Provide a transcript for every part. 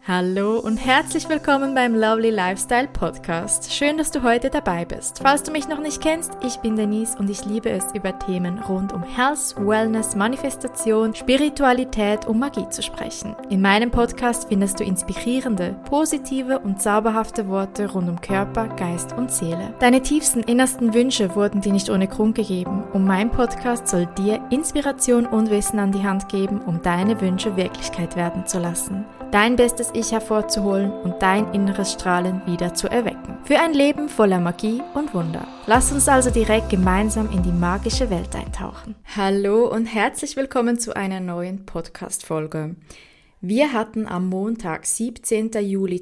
Hallo und herzlich willkommen beim Lovely Lifestyle Podcast. Schön, dass du heute dabei bist. Falls du mich noch nicht kennst, ich bin Denise und ich liebe es, über Themen rund um Health, Wellness, Manifestation, Spiritualität und Magie zu sprechen. In meinem Podcast findest du inspirierende, positive und zauberhafte Worte rund um Körper, Geist und Seele. Deine tiefsten, innersten Wünsche wurden dir nicht ohne Grund gegeben und mein Podcast soll dir Inspiration und Wissen an die Hand geben, um deine Wünsche Wirklichkeit werden zu lassen. Dein bestes Ich hervorzuholen und dein inneres Strahlen wieder zu erwecken. Für ein Leben voller Magie und Wunder. Lass uns also direkt gemeinsam in die magische Welt eintauchen. Hallo und herzlich willkommen zu einer neuen Podcast-Folge. Wir hatten am Montag, 17. Juli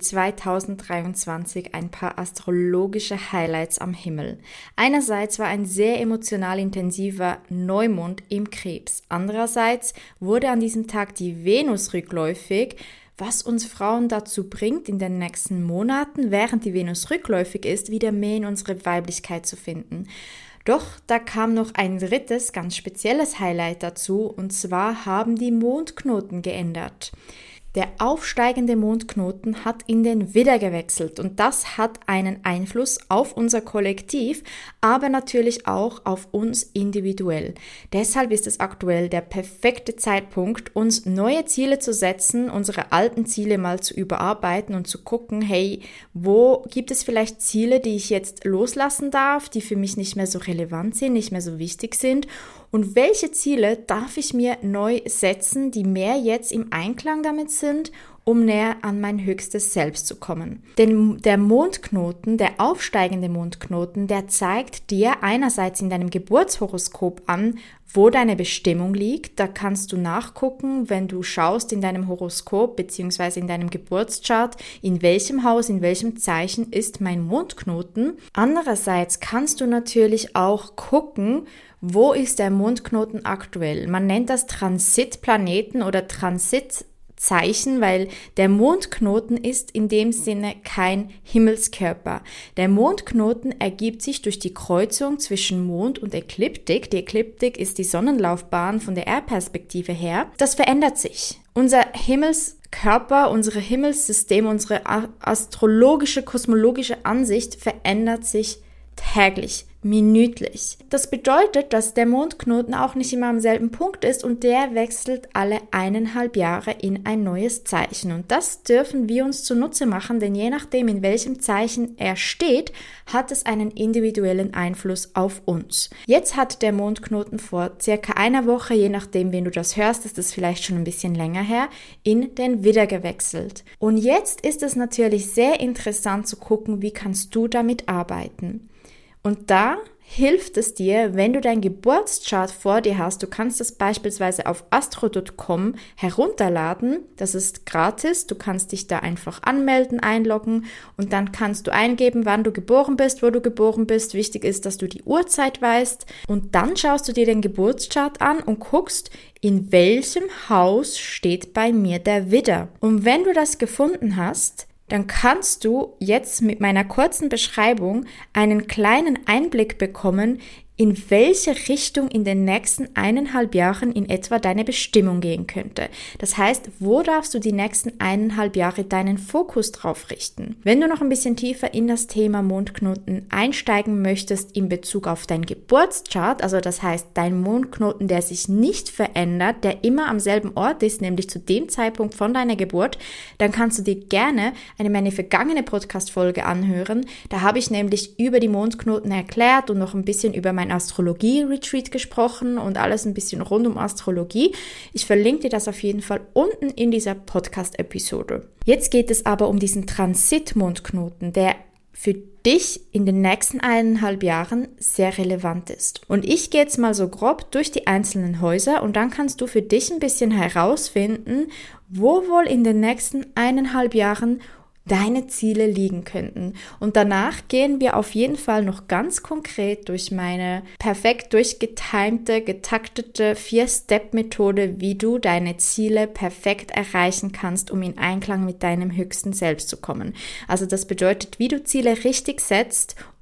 2023, ein paar astrologische Highlights am Himmel. Einerseits war ein sehr emotional intensiver Neumond im Krebs. Andererseits wurde an diesem Tag die Venus rückläufig, was uns Frauen dazu bringt, in den nächsten Monaten, während die Venus rückläufig ist, wieder mehr in unsere Weiblichkeit zu finden. Doch da kam noch ein drittes, ganz spezielles Highlight dazu, und zwar haben die Mondknoten geändert. Der aufsteigende Mondknoten hat in den Widder gewechselt und das hat einen Einfluss auf unser Kollektiv, aber natürlich auch auf uns individuell. Deshalb ist es aktuell der perfekte Zeitpunkt, uns neue Ziele zu setzen, unsere alten Ziele mal zu überarbeiten und zu gucken, hey, wo gibt es vielleicht Ziele, die ich jetzt loslassen darf, die für mich nicht mehr so relevant sind, nicht mehr so wichtig sind? Und welche Ziele darf ich mir neu setzen, die mehr jetzt im Einklang damit sind, um näher an mein höchstes Selbst zu kommen? Denn der Mondknoten, der aufsteigende Mondknoten, der zeigt dir einerseits in deinem Geburtshoroskop an, wo deine Bestimmung liegt. Da kannst du nachgucken, wenn du schaust in deinem Horoskop bzw. in deinem Geburtschart, in welchem Haus, in welchem Zeichen ist mein Mondknoten. Andererseits kannst du natürlich auch gucken, wo ist der Mondknoten aktuell? Man nennt das Transitplaneten oder Transitzeichen, weil der Mondknoten ist in dem Sinne kein Himmelskörper. Der Mondknoten ergibt sich durch die Kreuzung zwischen Mond und Ekliptik. Die Ekliptik ist die Sonnenlaufbahn von der Erdperspektive her. Das verändert sich. Unser Himmelskörper, unser Himmelssystem, unsere astrologische, kosmologische Ansicht verändert sich täglich, minütlich. Das bedeutet, dass der Mondknoten auch nicht immer am selben Punkt ist und der wechselt alle 1,5 Jahre in ein neues Zeichen. Und das dürfen wir uns zunutze machen, denn je nachdem, in welchem Zeichen er steht, hat es einen individuellen Einfluss auf uns. Jetzt hat der Mondknoten vor circa einer Woche, je nachdem, wen du das hörst, ist das vielleicht schon ein bisschen länger her, in den Widder gewechselt. Und jetzt ist es natürlich sehr interessant zu gucken, wie kannst du damit arbeiten. Und da hilft es dir, wenn du dein Geburtschart vor dir hast. Du kannst das beispielsweise auf astro.com herunterladen. Das ist gratis. Du kannst dich da einfach anmelden, einloggen und dann kannst du eingeben, wann du geboren bist, wo du geboren bist. Wichtig ist, dass du die Uhrzeit weißt. Und dann schaust du dir den Geburtschart an und guckst, in welchem Haus steht bei mir der Widder. Und wenn du das gefunden hast, dann kannst du jetzt mit meiner kurzen Beschreibung einen kleinen Einblick bekommen, in welche Richtung in den nächsten 1,5 Jahren in etwa deine Bestimmung gehen könnte. Das heißt, wo darfst du die nächsten 1,5 Jahre deinen Fokus drauf richten? Wenn du noch ein bisschen tiefer in das Thema Mondknoten einsteigen möchtest in Bezug auf dein Geburtschart, also das heißt dein Mondknoten, der sich nicht verändert, der immer am selben Ort ist, nämlich zu dem Zeitpunkt von deiner Geburt, dann kannst du dir gerne meine vergangene Podcast-Folge anhören. Da habe ich nämlich über die Mondknoten erklärt und noch ein bisschen über mein Astrologie-Retreat gesprochen und alles ein bisschen rund um Astrologie. Ich verlinke dir das auf jeden Fall unten in dieser Podcast-Episode. Jetzt geht es aber um diesen Transit-Mondknoten, der für dich in den nächsten 1,5 Jahren sehr relevant ist. Und ich gehe jetzt mal so grob durch die einzelnen Häuser und dann kannst du für dich ein bisschen herausfinden, wo wohl in den nächsten 1,5 Jahren deine Ziele liegen könnten. Und danach gehen wir auf jeden Fall noch ganz konkret durch meine perfekt durchgetimte, getaktete 4-Step-Methode, wie du deine Ziele perfekt erreichen kannst, um in Einklang mit deinem höchsten Selbst zu kommen. Also das bedeutet, wie du Ziele richtig setzt,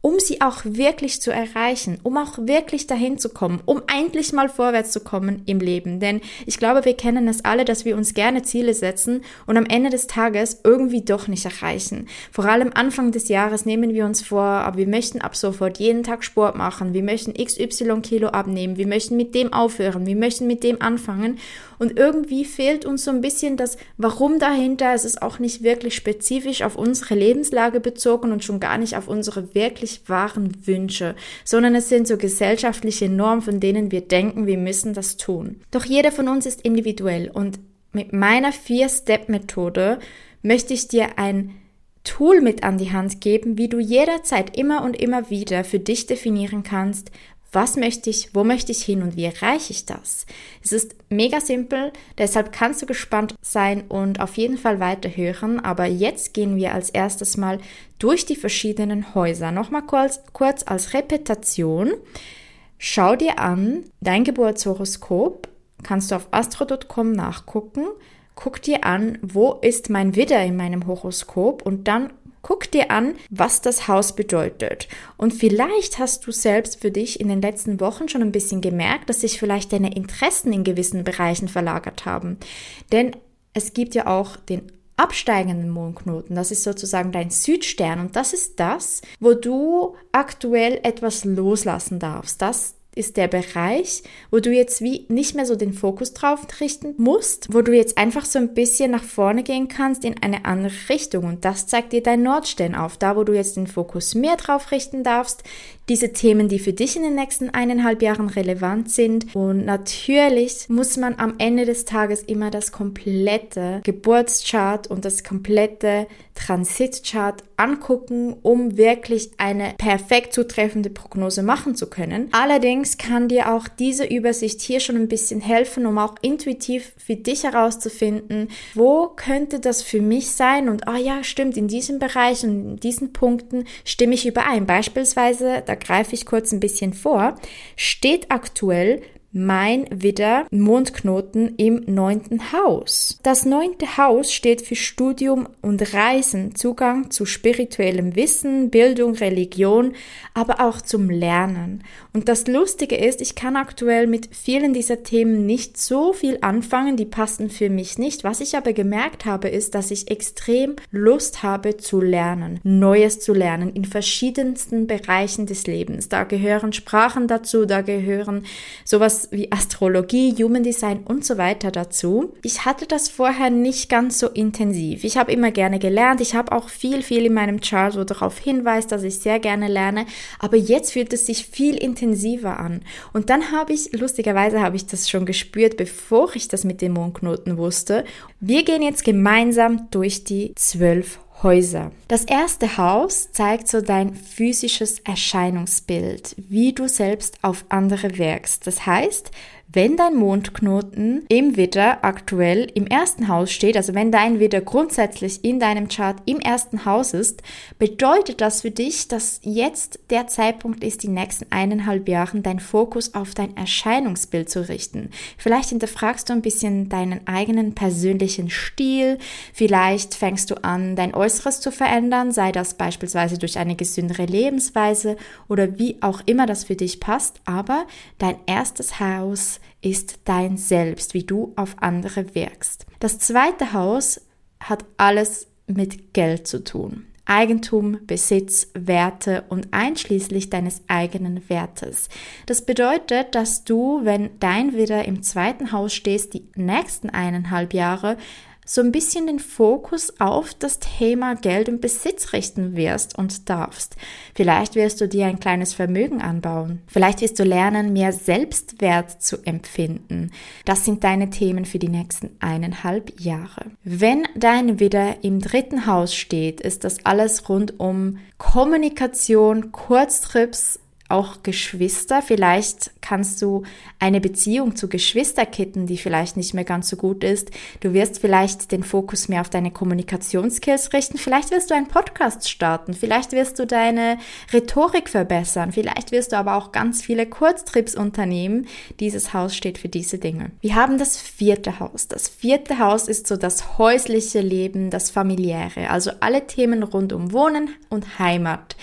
um sie auch wirklich zu erreichen, um auch wirklich dahin zu kommen, um endlich mal vorwärts zu kommen im Leben. Denn ich glaube, wir kennen es alle, dass wir uns gerne Ziele setzen und am Ende des Tages irgendwie doch nicht erreichen. Vor allem Anfang des Jahres nehmen wir uns vor, aber wir möchten ab sofort jeden Tag Sport machen, wir möchten XY Kilo abnehmen, wir möchten mit dem aufhören, wir möchten mit dem anfangen und irgendwie fehlt uns so ein bisschen das Warum dahinter. Es ist auch nicht wirklich spezifisch auf unsere Lebenslage bezogen und schon gar nicht auf unsere wirklich wahren Wünsche, sondern es sind so gesellschaftliche Normen, von denen wir denken, wir müssen das tun. Doch jeder von uns ist individuell und mit meiner 4-Step-Methode möchte ich dir ein Tool mit an die Hand geben, wie du jederzeit immer und immer wieder für dich definieren kannst, was möchte ich, wo möchte ich hin und wie erreiche ich das? Es ist mega simpel, deshalb kannst du gespannt sein und auf jeden Fall weiterhören. Aber jetzt gehen wir als erstes mal durch die verschiedenen Häuser. Nochmal kurz als Repetition. Schau dir an, dein Geburtshoroskop, kannst du auf astro.com nachgucken. Guck dir an, wo ist mein Widder in meinem Horoskop und dann guck dir an, was das Haus bedeutet. Und vielleicht hast du selbst für dich in den letzten Wochen schon ein bisschen gemerkt, dass sich vielleicht deine Interessen in gewissen Bereichen verlagert haben. Denn es gibt ja auch den absteigenden Mondknoten, das ist sozusagen dein Südstern und das ist das, wo du aktuell etwas loslassen darfst. Das ist der Bereich, wo du jetzt wie nicht mehr so den Fokus drauf richten musst, wo du jetzt einfach so ein bisschen nach vorne gehen kannst in eine andere Richtung und das zeigt dir dein Nordstern auf, da wo du jetzt den Fokus mehr drauf richten darfst, diese Themen, die für dich in den nächsten 1,5 Jahren relevant sind und natürlich muss man am Ende des Tages immer das komplette Geburtschart und das komplette Transitchart angucken, um wirklich eine perfekt zutreffende Prognose machen zu können. Allerdings kann dir auch diese Übersicht hier schon ein bisschen helfen, um auch intuitiv für dich herauszufinden, wo könnte das für mich sein und ja, stimmt, in diesem Bereich und in diesen Punkten stimme ich überein. Beispielsweise, da greife ich kurz ein bisschen vor, steht aktuell mein Widder Mondknoten im 9. Haus. Das 9. Haus steht für Studium und Reisen, Zugang zu spirituellem Wissen, Bildung, Religion, aber auch zum Lernen. Und das Lustige ist, ich kann aktuell mit vielen dieser Themen nicht so viel anfangen, die passen für mich nicht. Was ich aber gemerkt habe, ist, dass ich extrem Lust habe zu lernen, Neues zu lernen in verschiedensten Bereichen des Lebens. Da gehören Sprachen dazu, da gehören sowas wie Astrologie, Human Design und so weiter dazu. Ich hatte das vorher nicht ganz so intensiv. Ich habe immer gerne gelernt. Ich habe auch viel in meinem Chart, wo darauf hinweist, dass ich sehr gerne lerne. Aber jetzt fühlt es sich viel intensiver an. Und dann lustigerweise habe ich das schon gespürt, bevor ich das mit den Mondknoten wusste. Wir gehen jetzt gemeinsam durch die 12 Häuser. Das erste Haus zeigt so dein physisches Erscheinungsbild, wie du selbst auf andere wirkst. Das heißt, wenn dein Mondknoten im Widder aktuell im 1. Haus steht, also wenn dein Widder grundsätzlich in deinem Chart im 1. Haus ist, bedeutet das für dich, dass jetzt der Zeitpunkt ist, die nächsten 1,5 Jahre deinen Fokus auf dein Erscheinungsbild zu richten. Vielleicht hinterfragst du ein bisschen deinen eigenen persönlichen Stil, vielleicht fängst du an, dein Äußeres zu verändern, sei das beispielsweise durch eine gesündere Lebensweise oder wie auch immer das für dich passt, aber dein 1. Haus ist dein Selbst, wie du auf andere wirkst. Das 2. Haus hat alles mit Geld zu tun. Eigentum, Besitz, Werte und einschließlich deines eigenen Wertes. Das bedeutet, dass du, wenn dein Widder im 2. Haus stehst, die nächsten 1,5 Jahre so ein bisschen den Fokus auf das Thema Geld und Besitz richten wirst und darfst. Vielleicht wirst du dir ein kleines Vermögen anbauen. Vielleicht wirst du lernen, mehr Selbstwert zu empfinden. Das sind deine Themen für die nächsten 1,5 Jahre. Wenn dein Widder im 3. Haus steht, ist das alles rund um Kommunikation, Kurztrips, auch Geschwister. Vielleicht kannst du eine Beziehung zu Geschwisterkitten, die vielleicht nicht mehr ganz so gut ist. Du wirst vielleicht den Fokus mehr auf deine Kommunikationsskills richten. Vielleicht wirst du einen Podcast starten. Vielleicht wirst du deine Rhetorik verbessern. Vielleicht wirst du aber auch ganz viele Kurztrips unternehmen. Dieses Haus steht für diese Dinge. Wir haben das 4. Haus. Das 4. Haus ist so das häusliche Leben, das familiäre. Also alle Themen rund um Wohnen und Heimat.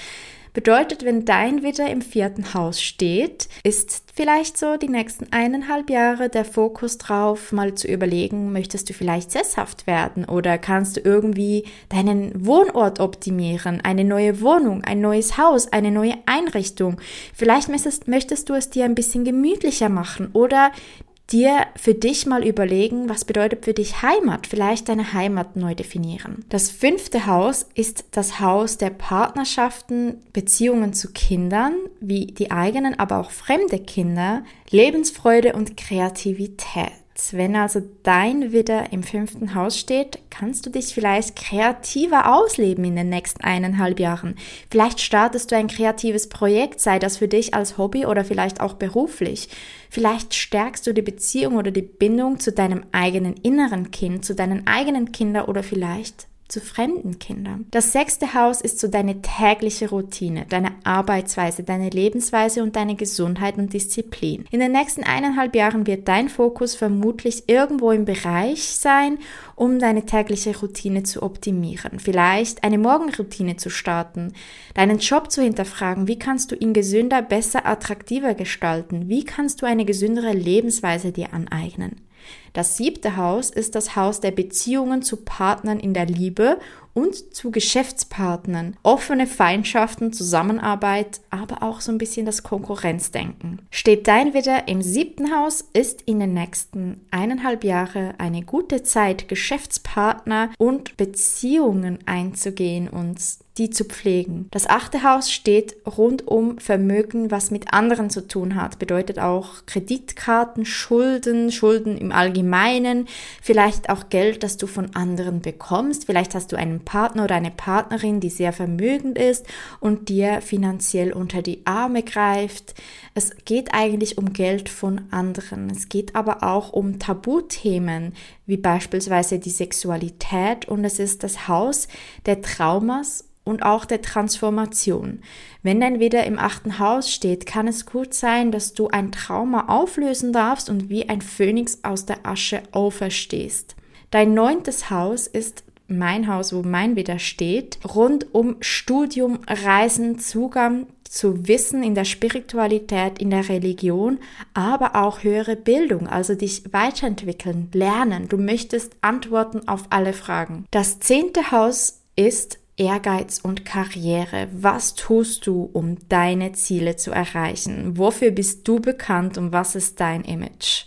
Bedeutet, wenn dein Widder im 4. Haus steht, ist vielleicht so die nächsten 1,5 Jahre der Fokus drauf, mal zu überlegen, möchtest du vielleicht sesshaft werden oder kannst du irgendwie deinen Wohnort optimieren, eine neue Wohnung, ein neues Haus, eine neue Einrichtung. Vielleicht möchtest du es dir ein bisschen gemütlicher machen oder dir für dich mal überlegen, was bedeutet für dich Heimat, vielleicht deine Heimat neu definieren. Das 5. Haus ist das Haus der Partnerschaften, Beziehungen zu Kindern, wie die eigenen, aber auch fremde Kinder, Lebensfreude und Kreativität. Wenn also dein Widder im 5. Haus steht, kannst du dich vielleicht kreativer ausleben in den nächsten 1,5 Jahren. Vielleicht startest du ein kreatives Projekt, sei das für dich als Hobby oder vielleicht auch beruflich. Vielleicht stärkst du die Beziehung oder die Bindung zu deinem eigenen inneren Kind, zu deinen eigenen Kindern oder vielleicht zu fremden Kindern. Das 6. Haus ist so deine tägliche Routine, deine Arbeitsweise, deine Lebensweise und deine Gesundheit und Disziplin. In den nächsten 1,5 Jahren wird dein Fokus vermutlich irgendwo im Bereich sein, um deine tägliche Routine zu optimieren. Vielleicht eine Morgenroutine zu starten, deinen Job zu hinterfragen. Wie kannst du ihn gesünder, besser, attraktiver gestalten? Wie kannst du eine gesündere Lebensweise dir aneignen? Das 7. Haus ist das Haus der Beziehungen zu Partnern in der Liebe und zu Geschäftspartnern, offene Feindschaften, Zusammenarbeit, aber auch so ein bisschen das Konkurrenzdenken. Steht dein Widder im 7. Haus, ist in den nächsten 1,5 Jahre eine gute Zeit, Geschäftspartner und Beziehungen einzugehen und die zu pflegen. Das 8. Haus steht rund um Vermögen, was mit anderen zu tun hat. Bedeutet auch Kreditkarten, Schulden im Allgemeinen, vielleicht auch Geld, das du von anderen bekommst. Vielleicht hast du einen Partner oder eine Partnerin, die sehr vermögend ist und dir finanziell unter die Arme greift. Es geht eigentlich um Geld von anderen. Es geht aber auch um Tabuthemen, wie beispielsweise die Sexualität, und es ist das Haus der Traumas und auch der Transformation. Wenn dein Widder im 8. Haus steht, kann es gut sein, dass du ein Trauma auflösen darfst und wie ein Phönix aus der Asche auferstehst. Dein 9. Haus ist mein Haus, wo mein Widder steht, rund um Studium, Reisen, Zugang zu Wissen in der Spiritualität, in der Religion, aber auch höhere Bildung, also dich weiterentwickeln, lernen. Du möchtest Antworten auf alle Fragen. Das 10. Haus ist Ehrgeiz und Karriere. Was tust du, um deine Ziele zu erreichen? Wofür bist du bekannt und was ist dein Image?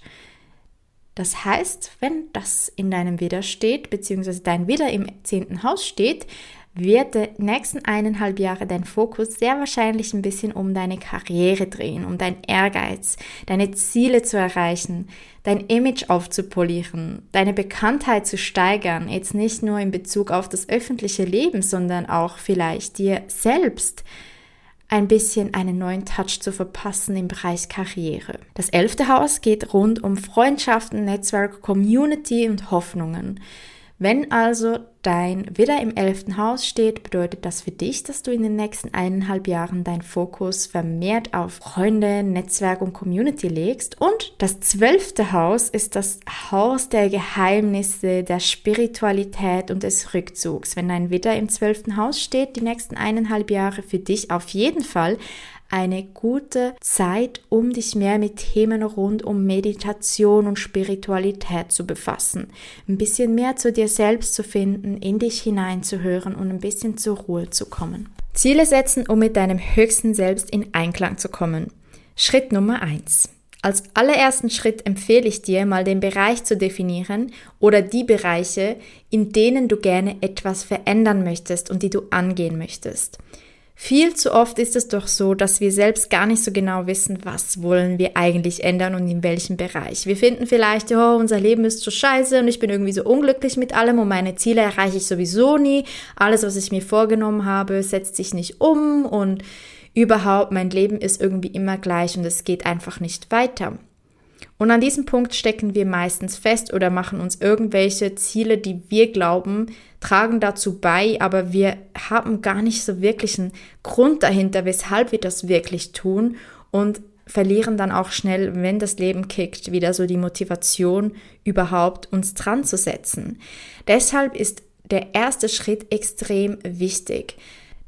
Das heißt, wenn das in deinem Widder steht, beziehungsweise dein Widder im 10. Haus steht, wird die nächsten 1,5 Jahre dein Fokus sehr wahrscheinlich ein bisschen um deine Karriere drehen, um deinen Ehrgeiz, deine Ziele zu erreichen, dein Image aufzupolieren, deine Bekanntheit zu steigern, jetzt nicht nur in Bezug auf das öffentliche Leben, sondern auch vielleicht dir selbst ein bisschen einen neuen Touch zu verpassen im Bereich Karriere. Das 11. Haus geht rund um Freundschaften, Netzwerk, Community und Hoffnungen. Wenn also dein Widder im 11. Haus steht, bedeutet das für dich, dass du in den nächsten 1,5 Jahren deinen Fokus vermehrt auf Freunde, Netzwerk und Community legst. Und das 12. Haus ist das Haus der Geheimnisse, der Spiritualität und des Rückzugs. Wenn dein Widder im 12. Haus steht, die nächsten 1,5 Jahre für dich auf jeden Fall eine gute Zeit, um dich mehr mit Themen rund um Meditation und Spiritualität zu befassen. Ein bisschen mehr zu dir selbst zu finden, in dich hineinzuhören und ein bisschen zur Ruhe zu kommen. Ziele setzen, um mit deinem höchsten Selbst in Einklang zu kommen. Schritt Nummer 1. Als allerersten Schritt empfehle ich dir, mal den Bereich zu definieren oder die Bereiche, in denen du gerne etwas verändern möchtest und die du angehen möchtest. Viel zu oft ist es doch so, dass wir selbst gar nicht so genau wissen, was wollen wir eigentlich ändern und in welchem Bereich. Wir finden vielleicht, oh, unser Leben ist so scheiße und ich bin irgendwie so unglücklich mit allem und meine Ziele erreiche ich sowieso nie. Alles, was ich mir vorgenommen habe, setzt sich nicht um und überhaupt, mein Leben ist irgendwie immer gleich und es geht einfach nicht weiter. Und an diesem Punkt stecken wir meistens fest oder machen uns irgendwelche Ziele, die wir glauben, tragen dazu bei, aber wir haben gar nicht so wirklich einen Grund dahinter, weshalb wir das wirklich tun und verlieren dann auch schnell, wenn das Leben kickt, wieder so die Motivation, überhaupt uns dran zu setzen. Deshalb ist der erste Schritt extrem wichtig.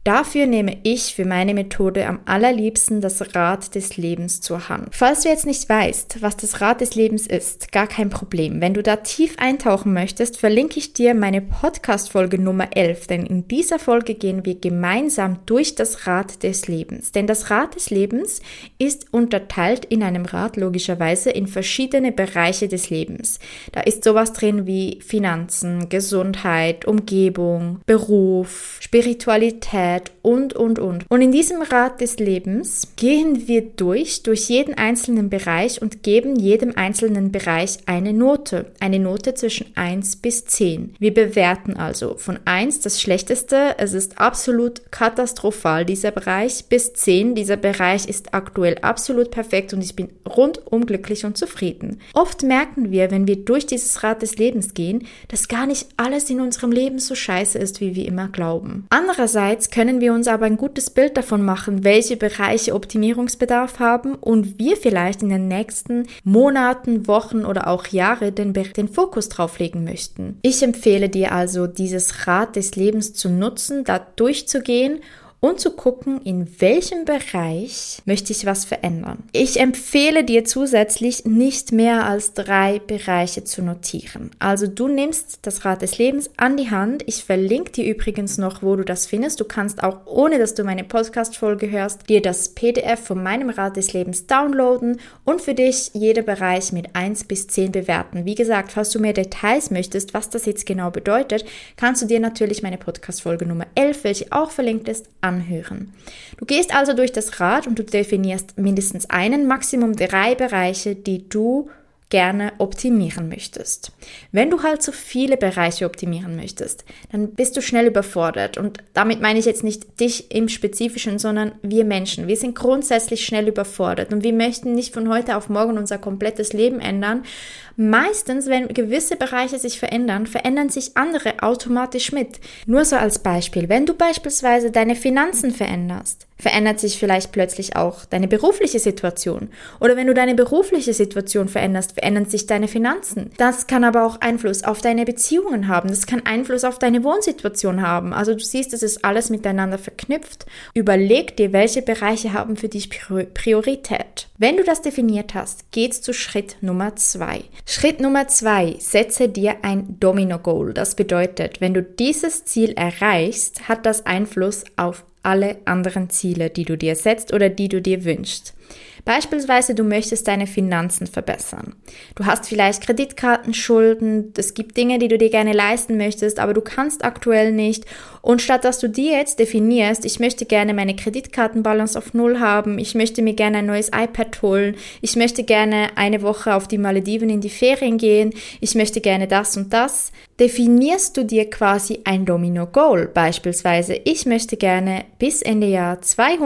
Dafür nehme ich für meine Methode am allerliebsten das Rad des Lebens zur Hand. Falls du jetzt nicht weißt, was das Rad des Lebens ist, gar kein Problem. Wenn du da tief eintauchen möchtest, verlinke ich dir meine Podcast-Folge Nummer 11, denn in dieser Folge gehen wir gemeinsam durch das Rad des Lebens. Denn das Rad des Lebens ist unterteilt in einem Rad logischerweise in verschiedene Bereiche des Lebens. Da ist sowas drin wie Finanzen, Gesundheit, Umgebung, Beruf, Spiritualität und. Und in diesem Rad des Lebens gehen wir durch jeden einzelnen Bereich und geben jedem einzelnen Bereich eine Note zwischen 1 bis 10. Wir bewerten also von 1 das Schlechteste, es ist absolut katastrophal, dieser Bereich, bis 10, dieser Bereich ist aktuell absolut perfekt und ich bin rundum glücklich und zufrieden. Oft merken wir, wenn wir durch dieses Rad des Lebens gehen, dass gar nicht alles in unserem Leben so scheiße ist, wie wir immer glauben. Andererseits können wir uns aber ein gutes Bild davon machen, welche Bereiche Optimierungsbedarf haben und wir vielleicht in den nächsten Monaten, Wochen oder auch Jahre den Fokus drauf legen möchten. Ich empfehle dir also, dieses Rad des Lebens zu nutzen, da durchzugehen und zu gucken, in welchem Bereich möchte ich was verändern. Ich empfehle dir zusätzlich, nicht mehr als 3 Bereiche zu notieren. Also du nimmst das Rad des Lebens an die Hand. Ich verlinke dir übrigens noch, wo du das findest. Du kannst auch, ohne dass du meine Podcast-Folge hörst, dir das PDF von meinem Rad des Lebens downloaden und für dich jeden Bereich mit 1 bis 10 bewerten. Wie gesagt, falls du mehr Details möchtest, was das jetzt genau bedeutet, kannst du dir natürlich meine Podcast-Folge Nummer 11, welche auch verlinkt ist, anhören. Du gehst also durch das Rad und du definierst mindestens einen, Maximum 3 Bereiche, die du gerne optimieren möchtest. Wenn du halt so viele Bereiche optimieren möchtest, dann bist du schnell überfordert und damit meine ich jetzt nicht dich im Spezifischen, sondern wir Menschen. Wir sind grundsätzlich schnell überfordert und wir möchten nicht von heute auf morgen unser komplettes Leben ändern. Meistens, wenn gewisse Bereiche sich verändern, verändern sich andere automatisch mit. Nur so als Beispiel, wenn du beispielsweise deine Finanzen veränderst, verändert sich vielleicht plötzlich auch deine berufliche Situation. Oder wenn du deine berufliche Situation veränderst, verändern sich deine Finanzen. Das kann aber auch Einfluss auf deine Beziehungen haben. Das kann Einfluss auf deine Wohnsituation haben. Also du siehst, es ist alles miteinander verknüpft. Überleg dir, welche Bereiche haben für dich Priorität. Wenn du das definiert hast, geht's zu Schritt Nummer 2. Schritt Nummer 2, setze dir ein Domino-Goal. Das bedeutet, wenn du dieses Ziel erreichst, hat das Einfluss auf alle anderen Ziele, die du dir setzt oder die du dir wünschst. Beispielsweise, du möchtest deine Finanzen verbessern. Du hast vielleicht Kreditkartenschulden, es gibt Dinge, die du dir gerne leisten möchtest, aber du kannst aktuell nicht. Und statt dass du dir jetzt definierst, ich möchte gerne meine Kreditkartenbalance auf 0 haben, ich möchte mir gerne ein neues iPad holen, ich möchte gerne eine Woche auf die Malediven in die Ferien gehen, ich möchte gerne das und das, definierst du dir quasi ein Domino-Goal. Beispielsweise, ich möchte gerne bis Ende Jahr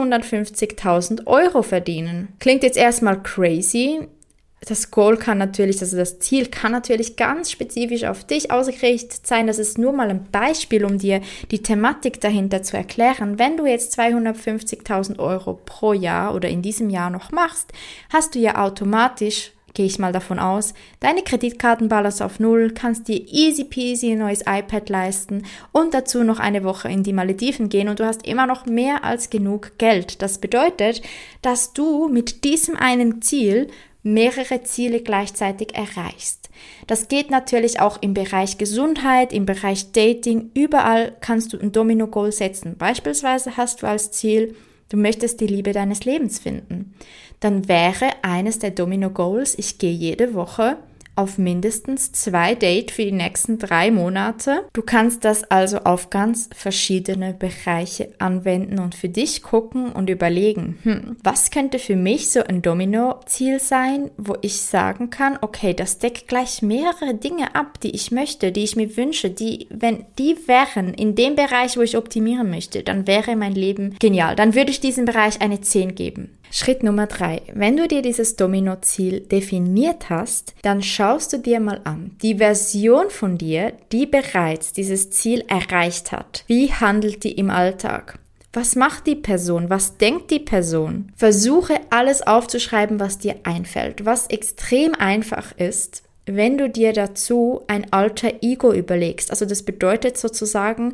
250.000 Euro verdienen. Klingt jetzt erstmal crazy. Das Goal kann natürlich, also das Ziel kann natürlich ganz spezifisch auf dich ausgerichtet sein. Das ist nur mal ein Beispiel, um dir die Thematik dahinter zu erklären. Wenn du jetzt 250.000 Euro pro Jahr oder in diesem Jahr noch machst, hast du ja automatisch, gehe ich mal davon aus, deine Kreditkartenbalance auf 0, kannst dir easy peasy ein neues iPad leisten und dazu noch eine Woche in die Malediven gehen und du hast immer noch mehr als genug Geld. Das bedeutet, dass du mit diesem einen Ziel mehrere Ziele gleichzeitig erreichst. Das geht natürlich auch im Bereich Gesundheit, im Bereich Dating, überall kannst du ein Domino-Goal setzen. Beispielsweise hast du als Ziel, du möchtest die Liebe deines Lebens finden. Dann wäre eines der Domino-Goals, ich gehe jede Woche auf mindestens 2 Dates für die nächsten 3 Monate. Du kannst das also auf ganz verschiedene Bereiche anwenden und für dich gucken und überlegen, was könnte für mich so ein Domino-Ziel sein, wo ich sagen kann, okay, das deckt gleich mehrere Dinge ab, die ich möchte, die ich mir wünsche, wenn die wären in dem Bereich, wo ich optimieren möchte, dann wäre mein Leben genial. Dann würde ich diesem Bereich eine 10 geben. Schritt Nummer 3. Wenn du dir dieses Domino-Ziel definiert hast, dann schaust du dir mal an, die Version von dir, die bereits dieses Ziel erreicht hat. Wie handelt die im Alltag? Was macht die Person? Was denkt die Person? Versuche alles aufzuschreiben, was dir einfällt. Was extrem einfach ist, wenn du dir dazu ein Alter Ego überlegst. Also das bedeutet sozusagen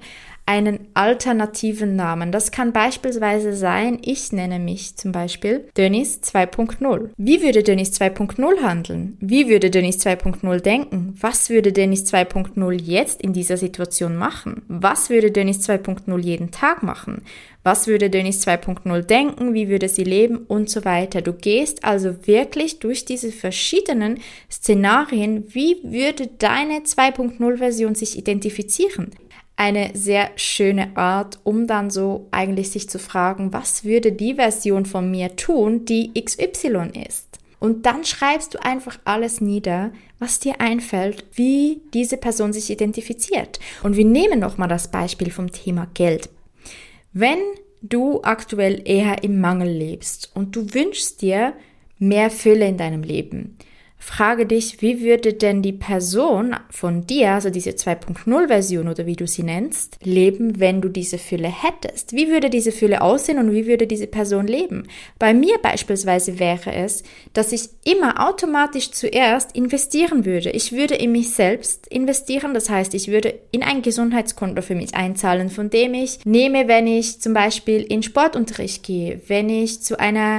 einen alternativen Namen. Das kann beispielsweise sein, ich nenne mich zum Beispiel Denise 2.0. Wie würde Denise 2.0 handeln? Wie würde Denise 2.0 denken? Was würde Denise 2.0 jetzt in dieser Situation machen? Was würde Denise 2.0 jeden Tag machen? Was würde Denise 2.0 denken? Wie würde sie leben? Und so weiter. Du gehst also wirklich durch diese verschiedenen Szenarien. Wie würde deine 2.0-Version sich identifizieren? Eine sehr schöne Art, um dann so eigentlich sich zu fragen, was würde die Version von mir tun, die XY ist? Und dann schreibst du einfach alles nieder, was dir einfällt, wie diese Person sich identifiziert. Und wir nehmen nochmal das Beispiel vom Thema Geld. Wenn du aktuell eher im Mangel lebst und du wünschst dir mehr Fülle in deinem Leben, frage dich, wie würde denn die Person von dir, also diese 2.0-Version oder wie du sie nennst, leben, wenn du diese Fülle hättest? Wie würde diese Fülle aussehen und wie würde diese Person leben? Bei mir beispielsweise wäre es, dass ich immer automatisch zuerst investieren würde. Ich würde in mich selbst investieren, das heißt, ich würde in ein Gesundheitskonto für mich einzahlen, von dem ich nehme, wenn ich zum Beispiel in Sportunterricht gehe, wenn ich zu einer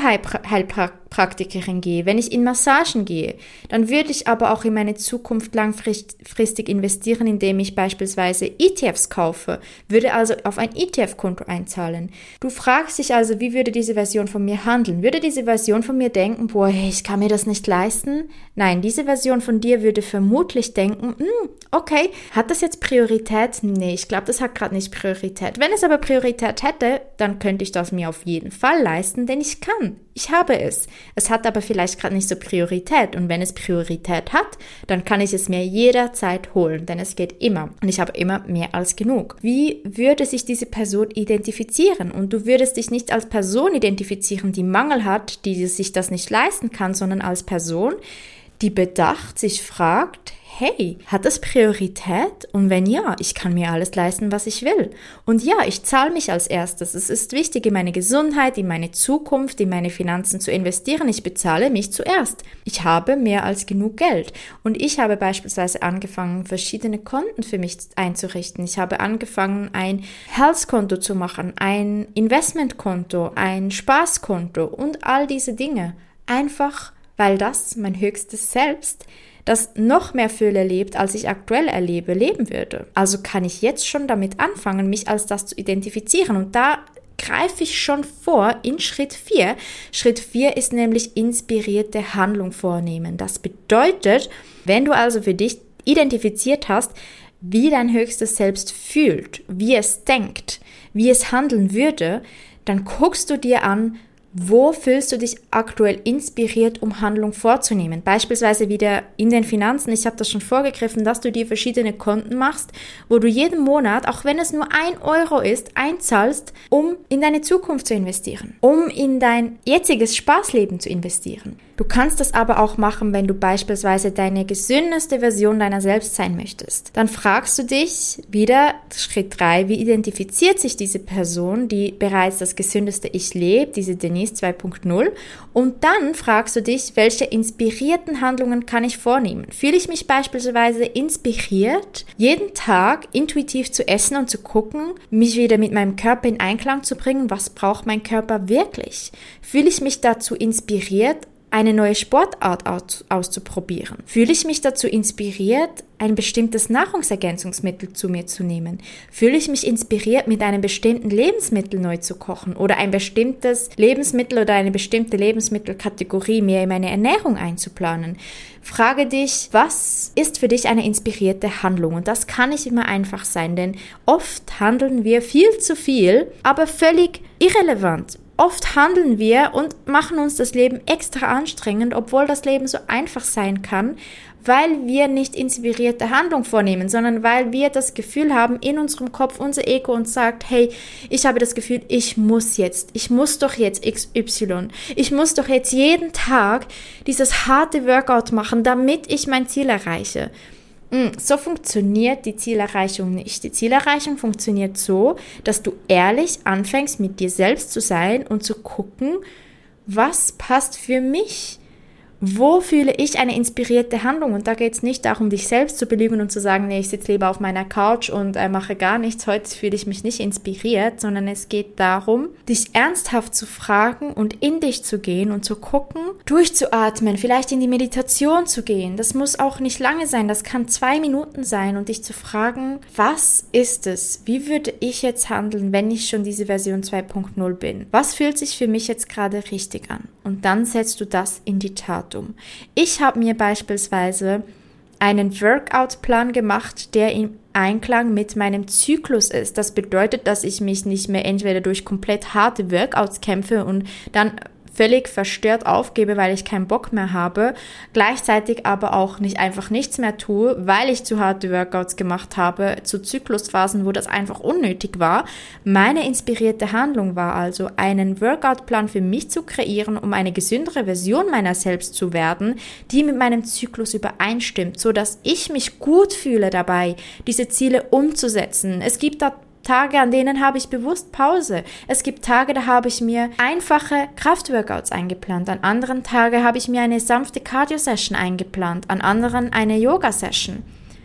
Naturheilpraktikerin gehe, wenn ich in Massagen gehe, dann würde ich aber auch in meine Zukunft langfristig investieren, indem ich beispielsweise ETFs kaufe, würde also auf ein ETF-Konto einzahlen. Du fragst dich also, wie würde diese Version von mir handeln? Würde diese Version von mir denken, boah, hey, ich kann mir das nicht leisten? Nein, diese Version von dir würde vermutlich denken, okay, hat das jetzt Priorität? Nee, ich glaube, das hat gerade nicht Priorität. Wenn es aber Priorität hätte, dann könnte ich das mir auf jeden Fall leisten, denn ich kann. Ich habe es. Es hat aber vielleicht gerade nicht so Priorität. Und wenn es Priorität hat, dann kann ich es mir jederzeit holen, denn es geht immer. Und ich habe immer mehr als genug. Wie würde sich diese Person identifizieren? Und du würdest dich nicht als Person identifizieren, die Mangel hat, die sich das nicht leisten kann, sondern als Person, die bedacht sich fragt, hey, hat das Priorität? Und wenn ja, ich kann mir alles leisten, was ich will. Und ja, ich zahle mich als erstes. Es ist wichtig, in meine Gesundheit, in meine Zukunft, in meine Finanzen zu investieren. Ich bezahle mich zuerst. Ich habe mehr als genug Geld. Und ich habe beispielsweise angefangen, verschiedene Konten für mich einzurichten. Ich habe angefangen, ein Health-Konto zu machen, ein Investmentkonto, ein Spaßkonto und all diese Dinge. Einfach, weil das mein höchstes Selbst, das noch mehr Fülle lebt, als ich aktuell erlebe, leben würde. Also kann ich jetzt schon damit anfangen, mich als das zu identifizieren. Und da greife ich schon vor in Schritt 4. Schritt 4 ist nämlich inspirierte Handlung vornehmen. Das bedeutet, wenn du also für dich identifiziert hast, wie dein höchstes Selbst fühlt, wie es denkt, wie es handeln würde, dann guckst du dir an, wo fühlst du dich aktuell inspiriert, um Handlung vorzunehmen? Beispielsweise wieder in den Finanzen, ich habe das schon vorgegriffen, dass du dir verschiedene Konten machst, wo du jeden Monat, auch wenn es nur 1 Euro ist, einzahlst, um in deine Zukunft zu investieren, um in dein jetziges Spaßleben zu investieren. Du kannst das aber auch machen, wenn du beispielsweise deine gesündeste Version deiner selbst sein möchtest. Dann fragst du dich wieder, Schritt 3, wie identifiziert sich diese Person, die bereits das gesündeste Ich lebt, diese Denise 2.0, und dann fragst du dich, welche inspirierten Handlungen kann ich vornehmen? Fühle ich mich beispielsweise inspiriert, jeden Tag intuitiv zu essen und zu gucken, mich wieder mit meinem Körper in Einklang zu bringen, was braucht mein Körper wirklich? Fühle ich mich dazu inspiriert, eine neue Sportart auszuprobieren? Fühle ich mich dazu inspiriert, ein bestimmtes Nahrungsergänzungsmittel zu mir zu nehmen? Fühle ich mich inspiriert, mit einem bestimmten Lebensmittel neu zu kochen oder ein bestimmtes Lebensmittel oder eine bestimmte Lebensmittelkategorie mehr in meine Ernährung einzuplanen? Frage dich, was ist für dich eine inspirierte Handlung? Und das kann nicht immer einfach sein, denn oft handeln wir viel zu viel, aber völlig irrelevant. Oft handeln wir und machen uns das Leben extra anstrengend, obwohl das Leben so einfach sein kann, weil wir nicht inspirierte Handlung vornehmen, sondern weil wir das Gefühl haben, in unserem Kopf, unser Ego uns sagt, hey, ich habe das Gefühl, ich muss doch jetzt XY, ich muss doch jetzt jeden Tag dieses harte Workout machen, damit ich mein Ziel erreiche. So funktioniert die Zielerreichung nicht. Die Zielerreichung funktioniert so, dass du ehrlich anfängst, mit dir selbst zu sein und zu gucken, was passt für mich? Wo fühle ich eine inspirierte Handlung? Und da geht es nicht darum, dich selbst zu belügen und zu sagen, nee, ich sitze lieber auf meiner Couch und mache gar nichts, heute fühle ich mich nicht inspiriert, sondern es geht darum, dich ernsthaft zu fragen und in dich zu gehen und zu gucken, durchzuatmen, vielleicht in die Meditation zu gehen. Das muss auch nicht lange sein, das kann 2 Minuten sein und dich zu fragen, was ist es? Wie würde ich jetzt handeln, wenn ich schon diese Version 2.0 bin? Was fühlt sich für mich jetzt gerade richtig an? Und dann setzt du das in die Tat um. Ich habe mir beispielsweise einen Workout-Plan gemacht, der im Einklang mit meinem Zyklus ist. Das bedeutet, dass ich mich nicht mehr entweder durch komplett harte Workouts kämpfe und dann völlig verstört aufgebe, weil ich keinen Bock mehr habe, gleichzeitig aber auch nicht einfach nichts mehr tue, weil ich zu harte Workouts gemacht habe, zu Zyklusphasen, wo das einfach unnötig war. Meine inspirierte Handlung war also, einen Workout-Plan für mich zu kreieren, um eine gesündere Version meiner selbst zu werden, die mit meinem Zyklus übereinstimmt, so dass ich mich gut fühle dabei, diese Ziele umzusetzen. Es gibt da Tage, an denen habe ich bewusst Pause. Es gibt Tage, da habe ich mir einfache Kraftworkouts eingeplant. An anderen Tagen habe ich mir eine sanfte Cardio-Session eingeplant. An anderen eine Yoga-Session.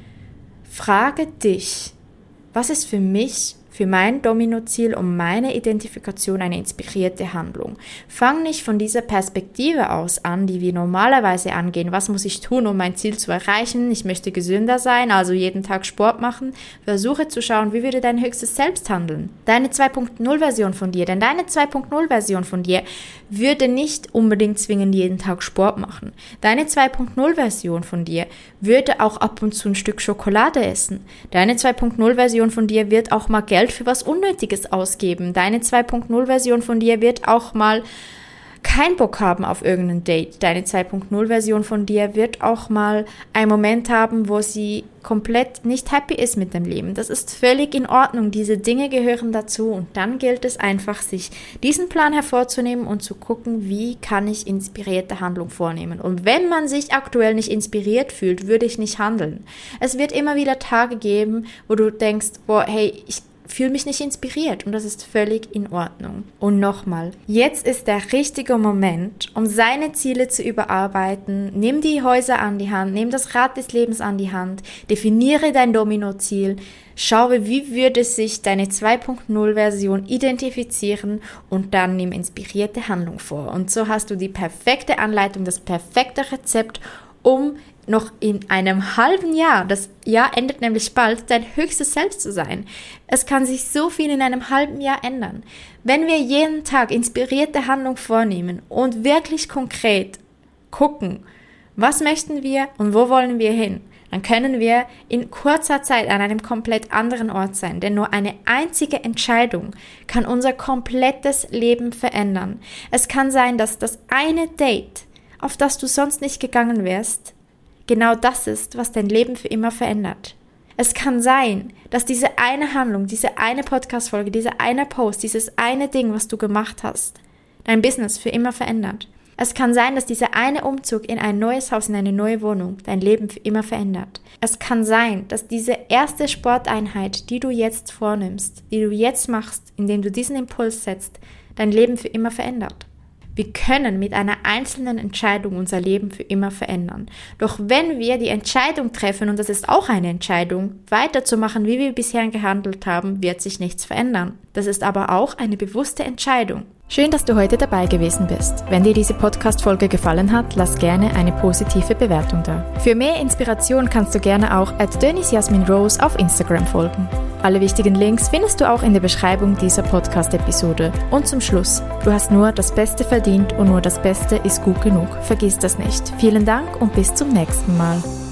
Frage dich, was ist für mich, für mein Domino-Ziel und meine Identifikation eine inspirierte Handlung? Fang nicht von dieser Perspektive aus an, die wir normalerweise angehen. Was muss ich tun, um mein Ziel zu erreichen? Ich möchte gesünder sein, also jeden Tag Sport machen. Versuche zu schauen, wie würde dein höchstes Selbst handeln? Deine 2.0-Version von dir. Denn deine 2.0-Version von dir würde nicht unbedingt zwingend jeden Tag Sport machen. Deine 2.0-Version von dir würde auch ab und zu ein Stück Schokolade essen. Deine 2.0-Version von dir wird auch mal Geld für was Unnötiges ausgeben. Deine 2.0-Version von dir wird auch mal keinen Bock haben auf irgendein Date. Deine 2.0-Version von dir wird auch mal einen Moment haben, wo sie komplett nicht happy ist mit dem Leben. Das ist völlig in Ordnung. Diese Dinge gehören dazu und dann gilt es einfach, sich diesen Plan hervorzunehmen und zu gucken, wie kann ich inspirierte Handlung vornehmen. Und wenn man sich aktuell nicht inspiriert fühlt, würde ich nicht handeln. Es wird immer wieder Tage geben, wo du denkst, boah, hey, ich fühle mich nicht inspiriert und das ist völlig in Ordnung. Und nochmal, jetzt ist der richtige Moment, um seine Ziele zu überarbeiten. Nimm die Häuser an die Hand, nimm das Rad des Lebens an die Hand, definiere dein Domino-Ziel, schaue, wie würde sich deine 2.0-Version identifizieren und dann nimm inspirierte Handlung vor. Und so hast du die perfekte Anleitung, das perfekte Rezept, um noch in einem halben Jahr, das Jahr endet nämlich bald, dein höchstes Selbst zu sein. Es kann sich so viel in einem halben Jahr ändern. Wenn wir jeden Tag inspirierte Handlung vornehmen und wirklich konkret gucken, was möchten wir und wo wollen wir hin, dann können wir in kurzer Zeit an einem komplett anderen Ort sein. Denn nur eine einzige Entscheidung kann unser komplettes Leben verändern. Es kann sein, dass das eine Date, auf das du sonst nicht gegangen wärst, genau das ist, was dein Leben für immer verändert. Es kann sein, dass diese eine Handlung, diese eine Podcast-Folge, dieser eine Post, dieses eine Ding, was du gemacht hast, dein Business für immer verändert. Es kann sein, dass dieser eine Umzug in ein neues Haus, in eine neue Wohnung, dein Leben für immer verändert. Es kann sein, dass diese erste Sporteinheit, die du jetzt vornimmst, die du jetzt machst, indem du diesen Impuls setzt, dein Leben für immer verändert. Wir können mit einer einzelnen Entscheidung unser Leben für immer verändern. Doch wenn wir die Entscheidung treffen, und das ist auch eine Entscheidung, weiterzumachen, wie wir bisher gehandelt haben, wird sich nichts verändern. Das ist aber auch eine bewusste Entscheidung. Schön, dass du heute dabei gewesen bist. Wenn dir diese Podcast-Folge gefallen hat, lass gerne eine positive Bewertung da. Für mehr Inspiration kannst du gerne auch @DenisJasminRose auf Instagram folgen. Alle wichtigen Links findest du auch in der Beschreibung dieser Podcast-Episode. Und zum Schluss, du hast nur das Beste verdient und nur das Beste ist gut genug. Vergiss das nicht. Vielen Dank und bis zum nächsten Mal.